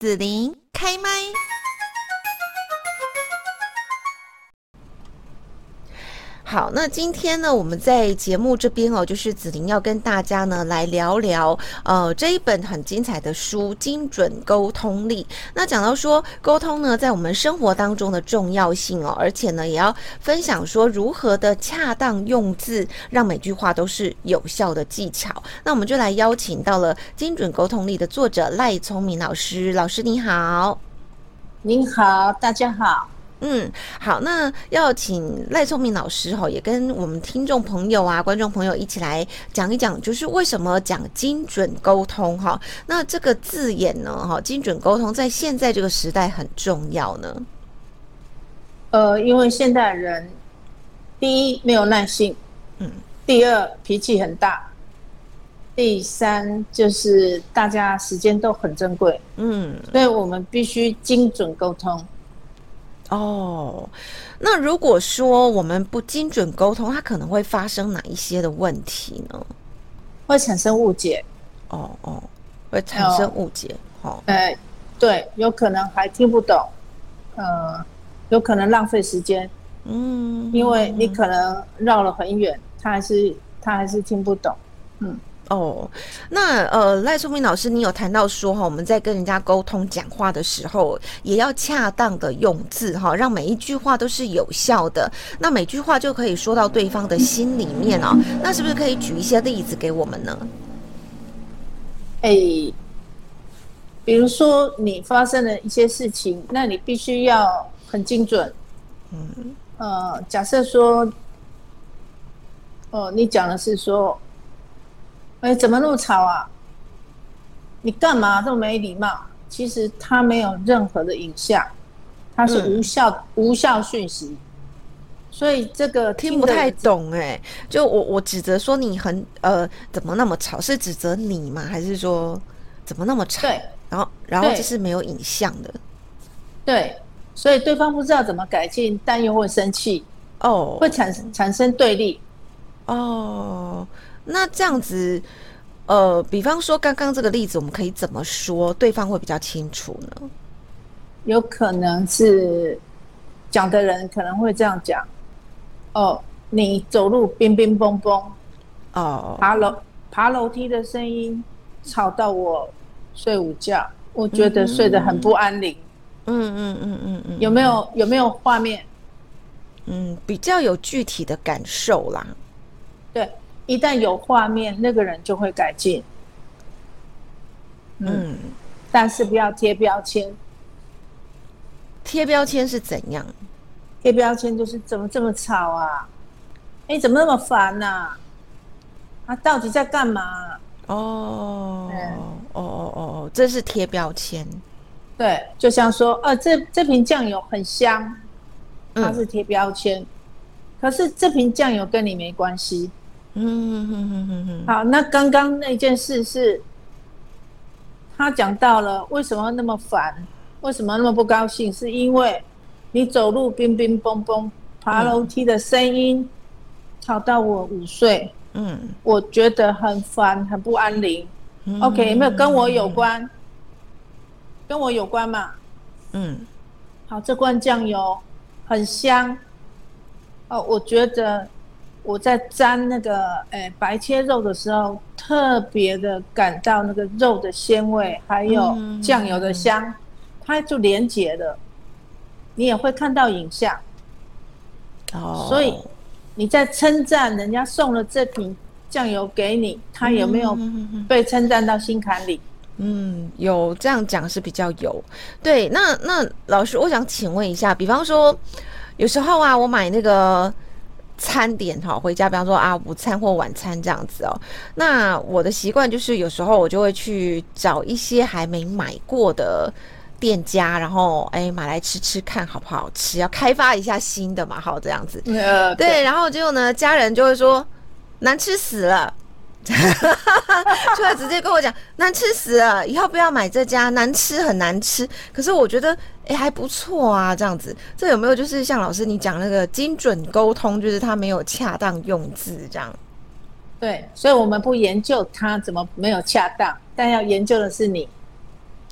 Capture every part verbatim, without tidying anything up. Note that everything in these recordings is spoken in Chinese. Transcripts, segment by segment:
子琳开麦。好，那今天呢，我们在节目这边哦，就是子琳要跟大家呢来聊聊，呃，这一本很精彩的书《精准沟通力》。那讲到说沟通呢，在我们生活当中的重要性哦，而且呢，也要分享说如何的恰当用字，让每句话都是有效的技巧。那我们就来邀请到了《精准沟通力》的作者赖聪明老师，老师你好。 您好，大家好。 嗯，好，那要请赖聪明老师哈，也跟我们听众朋友啊、观众朋友一起来讲一讲，就是为什么讲精准沟通哈？那这个字眼呢，哈，精准沟通在现在这个时代很重要呢。 呃，因为现代人，第一没有耐性， 嗯， 第二脾气很大，第三就是大家时间都很珍贵，嗯，所以我们必须精准沟通。 哦，那如果说我们不精准沟通，它可能会发生哪一些的问题呢？ 会产生误解。 哦哦，会产生误解。哦， 呃，对，有可能还听不懂，呃，有可能浪费时间。嗯，因为你可能绕了很远，他还是他还是听不懂。嗯。 哦，那呃，赖聪明老师，你有谈到说哈，我们在跟人家沟通讲话的时候，也要恰当的用字哈，让每一句话都是有效的。那每句话就可以说到对方的心里面哦。那是不是可以举一些例子给我们呢？ 哎，比如说你发生了一些事情，那你必须要很精准。嗯，呃，假设说，哦，你讲的是说。哎，怎么那么吵啊？你干嘛这么没礼貌？其实它没有任何的影像，它是无效、嗯、无效讯息，所以这个听不太懂哎、欸。就我我指责说你很呃怎么那么吵，是指责你吗？还是说怎么那么吵？ 对， 然后然后这是没有影像的。 对，所以对方不知道怎么改进，但又会生气哦， 会产产生对立。 哦。那这样子，呃，比方说刚刚这个例子，我们可以怎么说，对方会比较清楚呢？ 有可能是讲的人可能会这样讲：哦，你走路乒乒乓乓，哦，爬楼爬楼梯的声音吵到我睡午觉，我觉得睡得很不安宁。嗯嗯嗯嗯嗯，有没有有没有画面？ 嗯，比较有具体的感受啦。 对。一旦有画面，那个人就会改进。嗯，但是不要贴标签。 贴标签是怎样？ 贴标签就是怎么这么吵啊？哎，怎么那么烦呐、啊？他、啊、到底在干嘛、啊？ 哦，嗯、哦哦哦，这是贴标签。 对，就像说，呃，这这瓶酱油很香，它是贴标签。嗯、可是这瓶酱油跟你没关系。嗯哼哼哼哼。好，那刚刚那件事是，他讲到了为什么那么烦，为什么那么不高兴，是因为你走路乒乒乓乓，爬楼梯的声音吵到我午睡，嗯，我觉得很烦，很不安宁。嗯、OK， 有没有跟我有关？跟我有关嘛？嗯，好，这罐酱油很香，哦，我觉得。我在沾那个诶白切肉的时候，特别的感到那个肉的鲜味，还有酱油的香，嗯、它就连结了。你也会看到影像。哦。所以你在称赞人家送了这瓶酱油给你，他有没有被称赞到心坎里？ 嗯，有这样讲是比较有。对，那那老师，我想请问一下，比方说，有时候啊，我买那个。餐点哈，回家比方说啊午餐或晚餐这样子哦。那我的习惯就是有时候我就会去找一些还没买过的店家，然后哎买来吃吃看好不好吃，要开发一下新的嘛，好这样子。呃、对, 对，然后结果呢，家人就会说难吃死了。就会直接跟我讲难吃死了，以后不要买这家，难吃很难吃。可是我觉得哎还不错啊，这样子，这有没有就是像老师你讲那个精准沟通，就是他没有恰当用字这样？ 对，所以我们不研究他怎么没有恰当，但要研究的是你。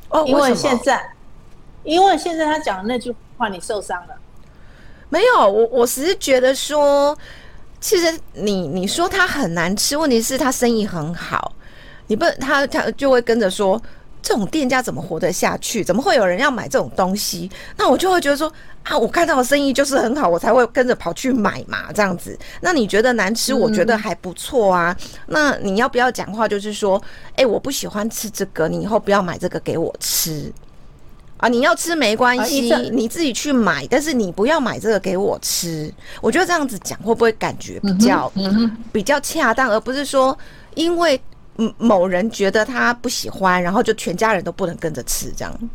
哦， 因为为什么？ 现在，因为现在他讲的那句话，你受伤了。 没有，我我只是觉得说，其实你你说他很难吃，问题是他生意很好，你不他他就会跟着说，这种店家怎么活得下去？怎么会有人要买这种东西？那我就会觉得说啊，我看到的生意就是很好，我才会跟着跑去买嘛，这样子。那你觉得难吃，我觉得还不错啊。嗯、那你要不要讲话？就是说，哎、欸，我不喜欢吃这个，你以后不要买这个给我吃。啊，你要吃没关系，啊、你自己去买，但是你不要买这个给我吃。我觉得这样子讲会不会感觉比较、嗯嗯、比较恰当，而不是说因为某人觉得他不喜欢，然后就全家人都不能跟着吃这样。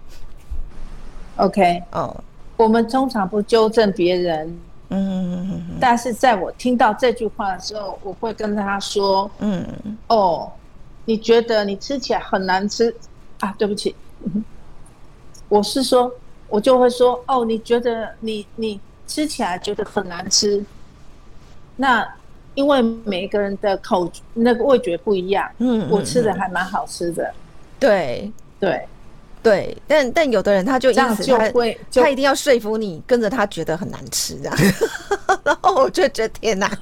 OK， 哦，我们通常不纠正别人，嗯，但是在我听到这句话的时候，我会跟他说，嗯，哦，你觉得你吃起来很难吃啊？对不起。我是说，我就会说，哦，你觉得你你吃起来觉得很难吃，那因为每个人的口那个味觉不一样，嗯，我吃的还蛮好吃的， 对对对，但但有的人他就因此就会他一定要说服你跟着他觉得很难吃这样，然后我就觉得天哪，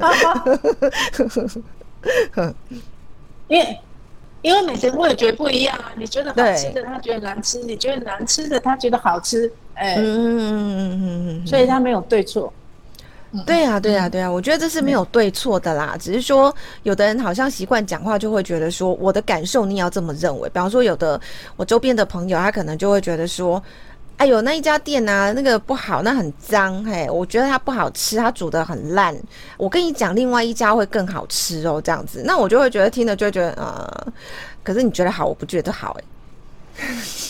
因为。因为每个人味觉不一样啊，你觉得好吃的他觉得难吃，你觉得难吃的他觉得好吃，哎，嗯嗯嗯，所以他没有对错。 对啊，对啊，对啊，我觉得这是没有对错的啦，只是说有的人好像习惯讲话就会觉得说我的感受你也要这么认为，比方说有的我周边的朋友他可能就会觉得说。哎呦，那一家店啊，那个不好，那很脏，嘿，我觉得它不好吃，它煮得很烂。我跟你讲，另外一家会更好吃哦，这样子，那我就会觉得听了就会觉得，呃，可是你觉得好，我不觉得好，哎。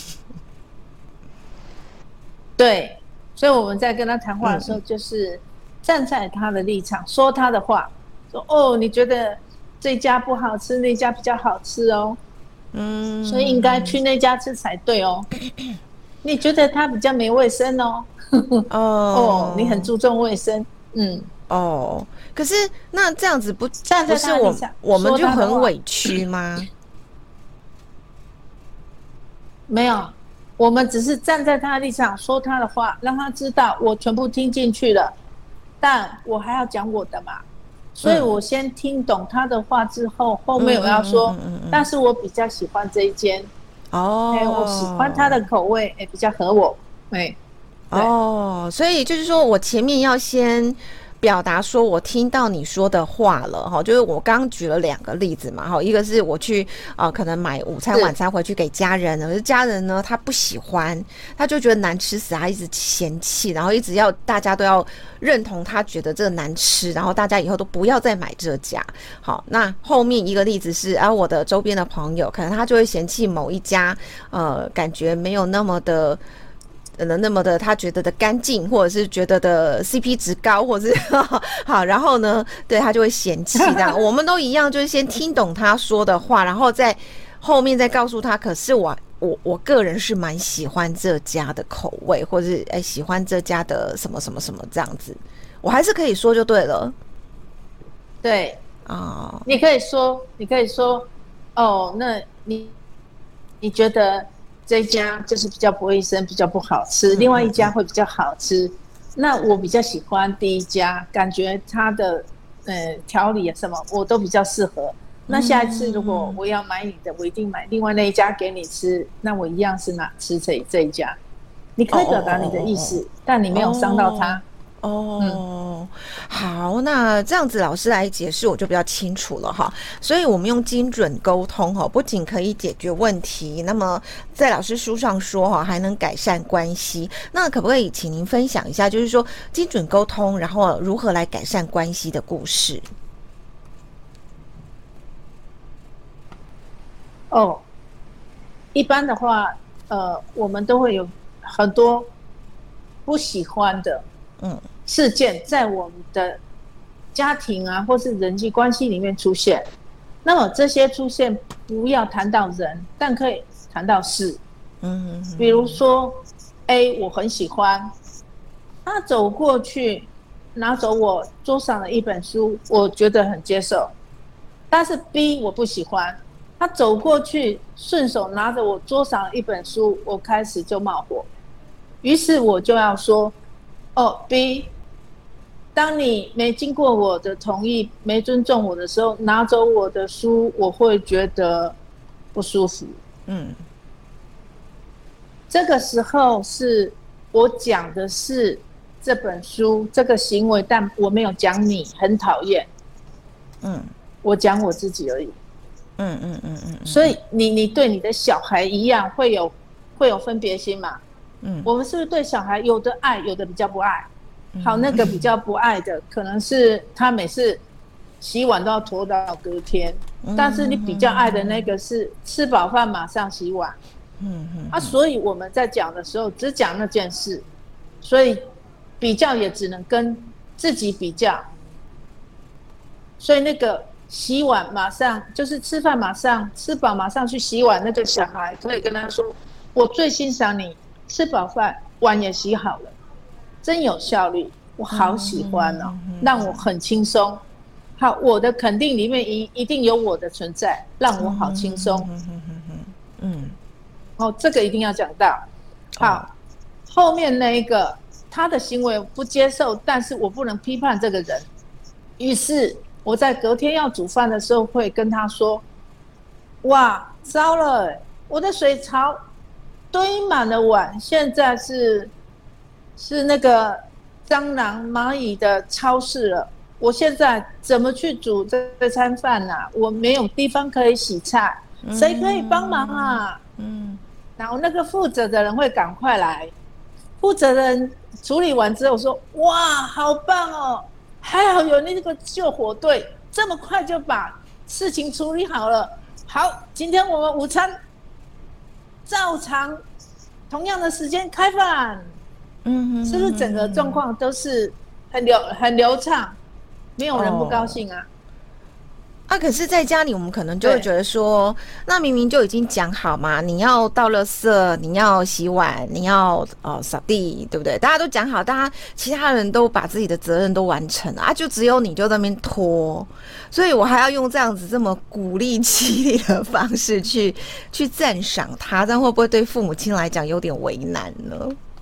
对，所以我们在跟他谈话的时候，就是站在他的立场说他的话，说哦，你觉得这家不好吃，那家比较好吃哦，嗯，所以应该去那家吃才对哦。你觉得它比较没卫生哦？哦，哦，你很注重卫生，嗯， 哦，可是那这样子不站在他立场，我们就很委屈吗？ 没有，我们只是站在他的立场说他的话，让他知道我全部听进去了，但我还要讲我的嘛，所以我先听懂他的话之后，后面我要说，但是我比较喜欢这一间。哦，哎，我喜欢它的口味，哎，比较合我，哎， 哦，所以就是说我前面要先表达说我听到你说的话了哈，就是我刚刚举了两个例子嘛哈，一个是我去呃可能买午餐晚餐回去给家人，可是家人呢他不喜欢，他就觉得难吃死，他一直嫌弃，然后一直要大家都要认同他觉得这个难吃，然后大家以后都不要再买这家。好，那后面一个例子是啊，我的周边的朋友可能他就会嫌弃某一家，呃，感觉没有那么的。可能那么的他觉得的干净，或者是觉得的 C P 值高，或者是好，然后呢，对他就会嫌弃这样。我们都一样，就是先听懂他说的话，然后再后面再告诉他。可是我我我个人是蛮喜欢这家的口味，或者是哎喜欢这家的什么什么什么这样子，我还是可以说就对了。 对啊，哦，你可以说，你可以说，哦，那你你觉得？这一家就是比较不卫生，比较不好吃，另外一家会比较好吃。那我比较喜欢第一家，感觉它的呃调理什么我都比较适合。那下一次如果我要买你的，我一定买另外那一家给你吃。那我一样是拿吃这这一家。你可以表达你的意思，但你没有伤到他。 哦，嗯，好，那这样子老师来解释我就比较清楚了哈。所以我们用精准沟通哈，不仅可以解决问题，那么在老师书上说哈，还能改善关系。那可不可以请您分享一下，就是说精准沟通，然后如何来改善关系的故事？ 哦，一般的话，呃，我们都会有很多不喜欢的。嗯，事件在我们的家庭啊，或是人际关系里面出现。那么这些出现不要谈到人，但可以谈到事。嗯，比如说 A 我很喜欢，他走过去拿走我桌上的一本书，我觉得很接受。但是 B 我不喜欢， 他走过去，顺手拿着我桌上的一本书，我开始就冒火。于是我就要说：“哦 ，B， 当你没经过我的同意，没尊重我的时候，拿走我的书，我会觉得不舒服。”嗯，这个时候是我讲的是这本书这个行为，但我没有讲你很讨厌。嗯，我讲我自己而已。嗯嗯嗯嗯，所以你你对你的小孩一样会有会有分别心嘛？嗯，我们是不是对小孩有的爱，有的比较不爱？好，那个比较不爱的，可能是他每次洗碗都要拖到隔天，但是你比较爱的那个是吃饱饭马上洗碗。嗯嗯，啊，所以我们在讲的时候只讲那件事，所以比较也只能跟自己比较，所以那个。洗碗马上就是吃饭，马上吃饱马上去洗碗。那个小孩可以跟他说：“我最欣赏你，吃饱饭碗也洗好了，真有效率，我好喜欢哦，让我很轻松。好，我的肯定里面一一定有我的存在，让我好轻松。嗯，哦，这个一定要讲到。好，后面那一个他的行为不接受，但是我不能批判这个人，于是。我在隔天要煮饭的时候，会跟他说：“哇，糟了，我的水槽堆满了碗，现在是是那个蟑螂蚂蚁的超市了。我现在怎么去煮这餐饭啊？我没有地方可以洗菜，谁可以帮忙啊？”嗯，然后那个负责的人会赶快来，负责人处理完之后说：“哇，好棒哦！”还好有那个救火队，这么快就把事情处理好了。好，今天我们午餐照常同样的时间开饭。嗯，是不是整个状况都是很流很流畅，没有人不高兴啊？哦啊，可是在家里，我们可能就会觉得说，那明明就已经讲好嘛，你要倒垃圾，你要洗碗，你要呃扫地，对不对？大家都讲好，大家其他人都把自己的责任都完成了啊，就只有你就在那边拖，所以我还要用这样子这么鼓励激励的方式去去赞赏他，这样会不会对父母亲来讲有点为难呢？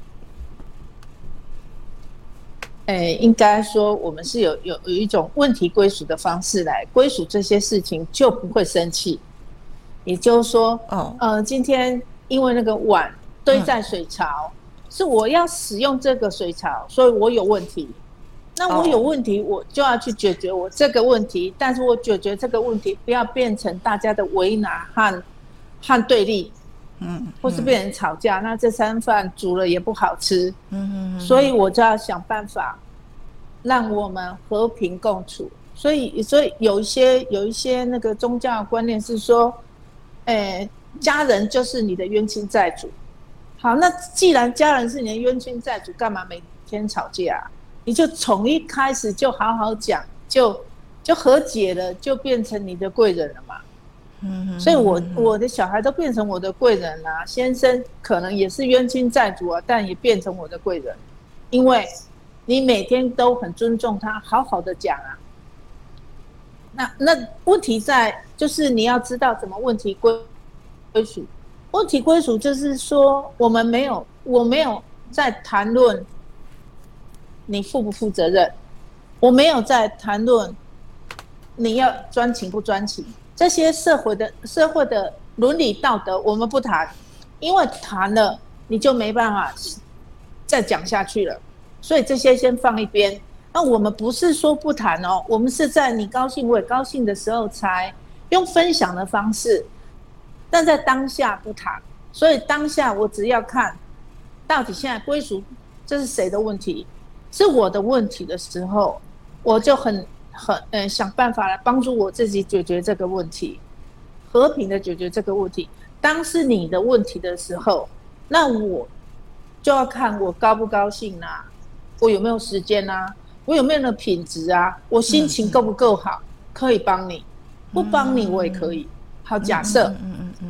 诶，应该说我们是有有有一种问题归属的方式来归属这些事情，就不会生气。也就是说，哦，呃，今天因为那个碗堆在水槽，嗯、是我要使用这个水槽，所以我有问题。那我有问题，我就要去解决我这个问题，但是我解决这个问题不要变成大家的为难和和对立。嗯，或是被人吵架，嗯、那这餐饭煮了也不好吃。嗯嗯，所以我就要想办法让我们和平共处。所以，所以有一些有一些那个宗教观念是说，诶，家人就是你的冤亲债主。好，那既然家人是你的冤亲债主，干嘛每天吵架啊？你就从一开始就好好讲，就就和解了，就变成你的贵人了嘛。嗯，所以我我的小孩都变成我的贵人啊，先生可能也是冤亲债主啊，但也变成我的贵人，因为你每天都很尊重他，好好的讲啊。那那问题在就是你要知道怎么问题归归属，问题归属就是说我们没有我没有在谈论你负不负责任，我没有在谈论你要专情不专情。这些社会的社会的伦理道德我们不谈，因为谈了你就没办法再讲下去了，所以这些先放一边。那我们不是说不谈哦，我们是在你高兴我也高兴的时候才用分享的方式，但在当下不谈。所以当下我只要看到底现在归属这是谁的问题，是我的问题的时候，我就很很嗯想办法来帮助我自己解决这个问题，和平的解决这个问题。当是你的问题的时候，那我就要看我高不高兴啊，我有没有时间啊，我有没有那品质啊，我心情够不够好，可以帮你，不帮你我也可以。好，假设，嗯嗯嗯，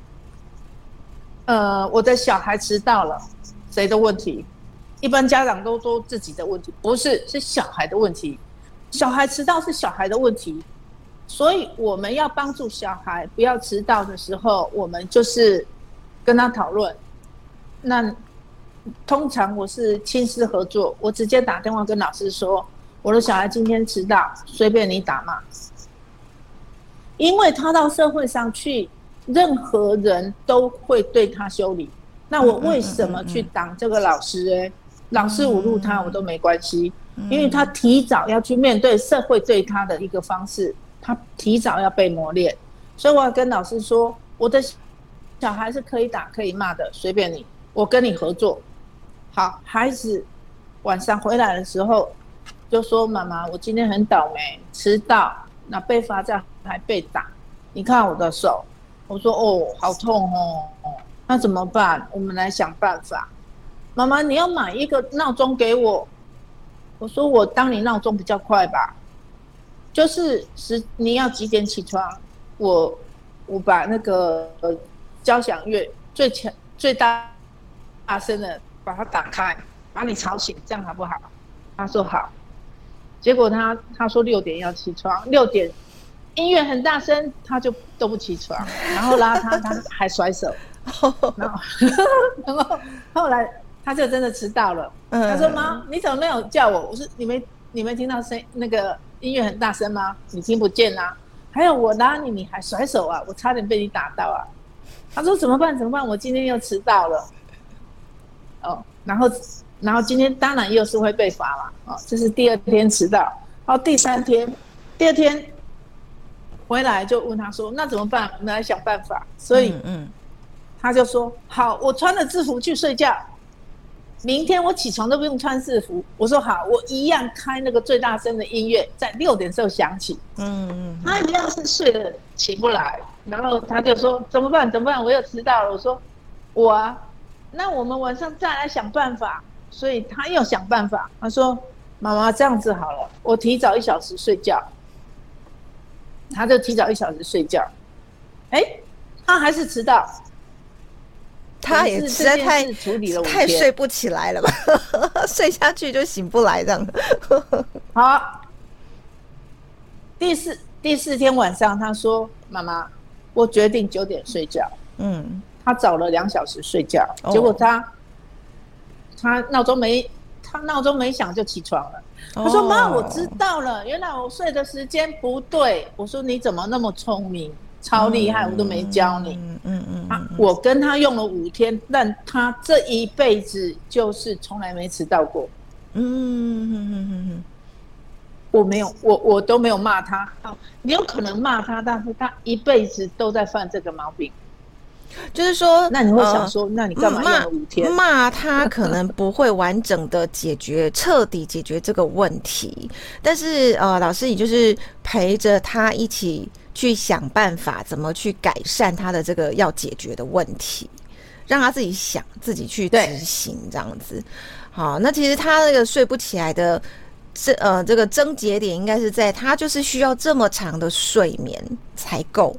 呃，我的小孩迟到了，谁的问题？一般家长都说自己的问题，不是，是小孩的问题。小孩迟到是小孩的问题， 所以我们要帮助小孩不要迟到的时候，我们就是跟他讨论。那通常我是亲师合作，我直接打电话跟老师说，我的小孩今天迟到，随便你打骂。因为他到社会上去，任何人都会对他修理。那我为什么去挡这个老师呢？老师侮辱他我都没关系，因为他提早要去面对社会对他的一个方式，他提早要被磨练。所以我要跟老师说，我的小孩是可以打可以骂的，随便你，我跟你合作。好，孩子晚上回来的时候就说，妈妈我今天很倒霉，迟到，那被罚站还被打，你看我的手。我说哦，好痛哦，那怎么办？我们来想办法。妈妈你要买一个闹钟给我。我说我当你闹钟比较快吧，就是十你要几点起床，我我把那个交响乐最强最大大声的把它打开，把你吵醒，这样好不好？他说好。结果他他说六点要起床，六点音乐很大声，他就都不起床，然后拉他他还甩手，然后然后后来他就真的迟到了。他说妈，你怎么没有叫我？我说你没你没听到声那个音乐很大声吗？你听不见啊？还有我拉你你还甩手啊，我差点被你打到啊。他说怎么办怎么办？我今天又迟到了。哦，然后然后今天当然又是会被罚嘛。哦，这是第二天迟到。然后第三天，第二天回来就问他说那怎么办？我们来想办法。所以他就说好，我穿了制服去睡觉。明天我起床都不用穿制服。我说好，我一样开那个最大声的音乐，在六点时候响起。嗯嗯，他一样是睡了起不来，然后他就说怎么办？怎么办？我又迟到了。我说我啊，那我们晚上再来想办法。所以他又想办法。他说妈妈这样子好了，我提早一小时睡觉。他就提早一小时睡觉。哎，他还是迟到。 他也实在太太睡不起来了吧？睡下去就醒不来这样。 好，第四第四天晚上，他说：“妈妈，我决定九点睡觉。”嗯，他早了两小时睡觉，结果他、哦、他闹钟没他闹钟没响就起床了。他说：“妈，我知道了，原来我睡的时间不对。”我说：“你怎么那么聪明？”超厉害，我都没教你。嗯嗯嗯、啊，我跟他用了五天，但他这一辈子就是从来没迟到过。嗯嗯嗯嗯嗯，我没有，我我都没有骂他。你有可能骂他，但是他一辈子都在犯这个毛病。 就是说， 那你会想说，呃、那你干嘛用了五天？ 骂他可能不会完整的解决、彻底解决这个问题，但是呃，老师也就是陪着他一起去想办法，怎么去改善他的这个要解决的问题，让他自己想、自己去执行这样子。好，那其实他那个睡不起来的这呃这个症结点，应该是在他就是需要这么长的睡眠才够。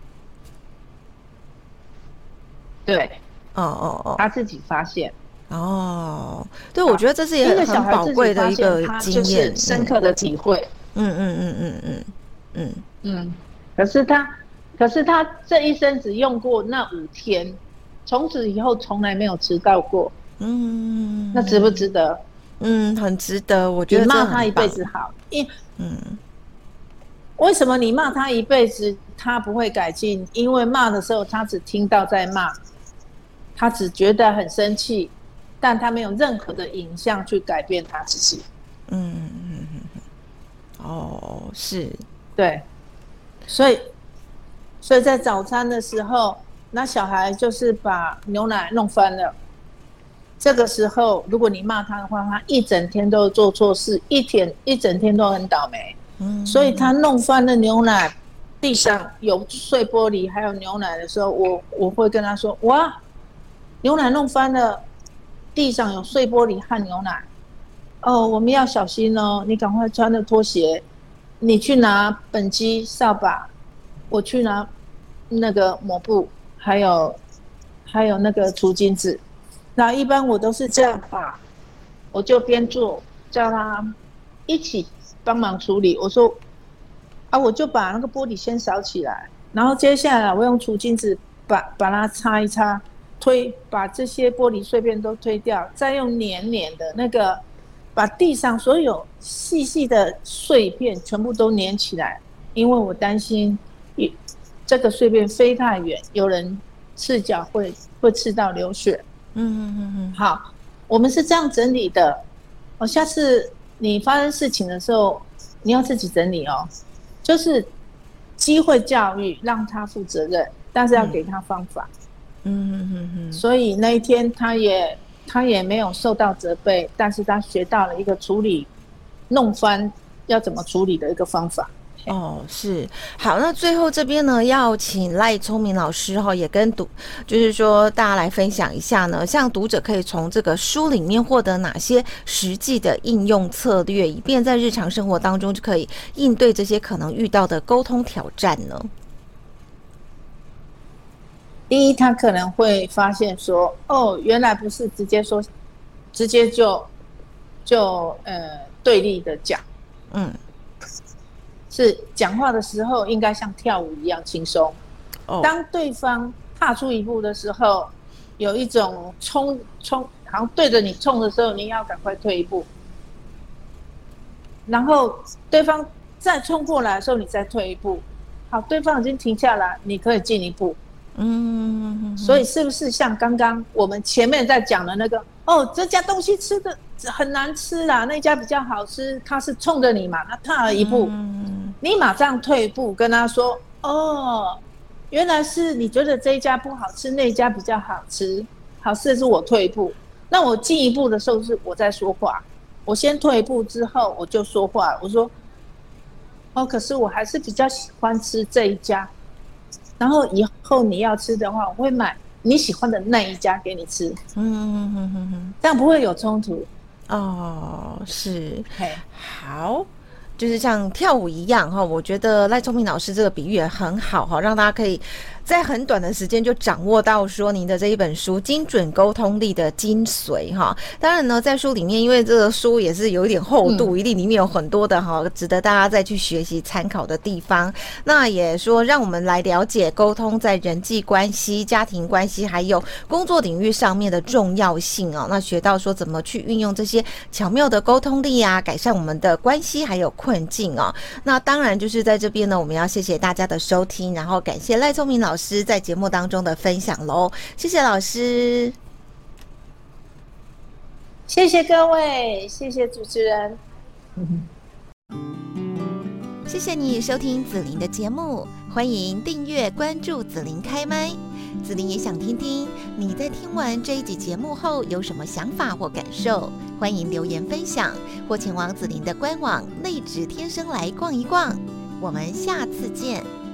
对，哦哦哦，他自己发现。 哦，对，我觉得这是也很宝贵的一个经验， 深刻的体会。 嗯嗯嗯嗯嗯嗯嗯。可是他，可是他这一生只用过那五天，从此以后从来没有迟到过。嗯，那值不值得？ 嗯，很值得。我觉得你骂他一辈子好，因嗯，为什么你骂他一辈子他不会改进？因为骂的时候他只听到在骂。他只觉得很生气，但他没有任何的影像去改变他自己。嗯嗯嗯， 哦，是， 对，所以，所以在早餐的时候，那小孩就是把牛奶弄翻了。这个时候，如果你骂他的话，他一整天都做错事，一天一整天都很倒霉。嗯，所以他弄翻了牛奶，地上有碎玻璃，还有牛奶的时候，我我会跟他说：“哇。”牛奶弄翻了，地上有碎玻璃和牛奶，哦，我们要小心哦！你赶快穿着拖鞋，你去拿本机扫把，我去拿那个抹布，还有还有那个除菌纸。那一般我都是这样吧，我就边做，叫他一起帮忙处理。我说，啊， 啊，我就把那个玻璃先扫起来，然后接下来我用除菌纸把把它擦一擦，推把这些玻璃碎片都推掉，再用黏黏的那个把地上所有细细的碎片全部都粘起来，因为我担心这个碎片飞太远，有人赤脚会会刺到流血。嗯嗯嗯，好，我们是这样整理的。哦，下次你发生事情的时候，你要自己整理哦。就是机会教育，让他负责任，但是要给他方法。嗯嗯嗯嗯。所以那一天他也他也没有受到责备，但是他学到了一个处理弄翻要怎么处理的一个方法。 哦，是好，那最后这边呢，要请赖聪明老师哈，也跟读，就是说大家来分享一下呢，像读者可以从这个书里面获得哪些实际的应用策略，以便在日常生活当中就可以应对这些可能遇到的沟通挑战呢？ 第一，他可能会发现说，哦，原来不是直接说，直接就就呃对立的讲，嗯。是讲话的时候应该像跳舞一样轻松。Oh. 当对方踏出一步的时候，有一种冲冲，好像对着你冲的时候，你要赶快退一步。然后对方再冲过来的时候，你再退一步。好，对方已经停下来，你可以进一步。嗯，所以是不是像刚刚我们前面在讲的那个，哦，这家东西吃的很难吃啦，那家比较好吃，他是冲着你嘛，他踏了一步。嗯，你马上退一步跟他说，哦，原来是你觉得这一家不好吃，那一家比较好吃，好吃的是我退一步，那我进一步的时候是我在说话，我先退一步之后我就说话，我说，哦，可是我还是比较喜欢吃这一家，然后以后你要吃的话，我会买你喜欢的那一家给你吃，嗯嗯嗯嗯，这样不会有冲突。 哦，是，好。就是像跳舞一样哈，我觉得赖聪明老师这个比喻也很好哈，让大家可以在很短的时间就掌握到说您的这一本书精准沟通力的精髓哈。当然呢，在书里面，因为这个书也是有一点厚度，嗯、一定里面有很多的哈值得大家再去学习参考的地方。那也说让我们来了解沟通在人际关系、家庭关系还有工作领域上面的重要性哦。那学到说怎么去运用这些巧妙的沟通力啊，改善我们的关系还有困境哦。那当然就是在这边呢，我们要谢谢大家的收听，然后感谢赖聪明老师在节目当中的分享喽，谢谢老师， 谢谢各位，谢谢主持人， 谢谢你收听子琳的节目，欢迎订阅关注子琳开麦。子琳也想听听你在听完这一集节目后有什么想法或感受，欢迎留言分享，或前往子琳的官网内职天生来逛一逛。我们下次见。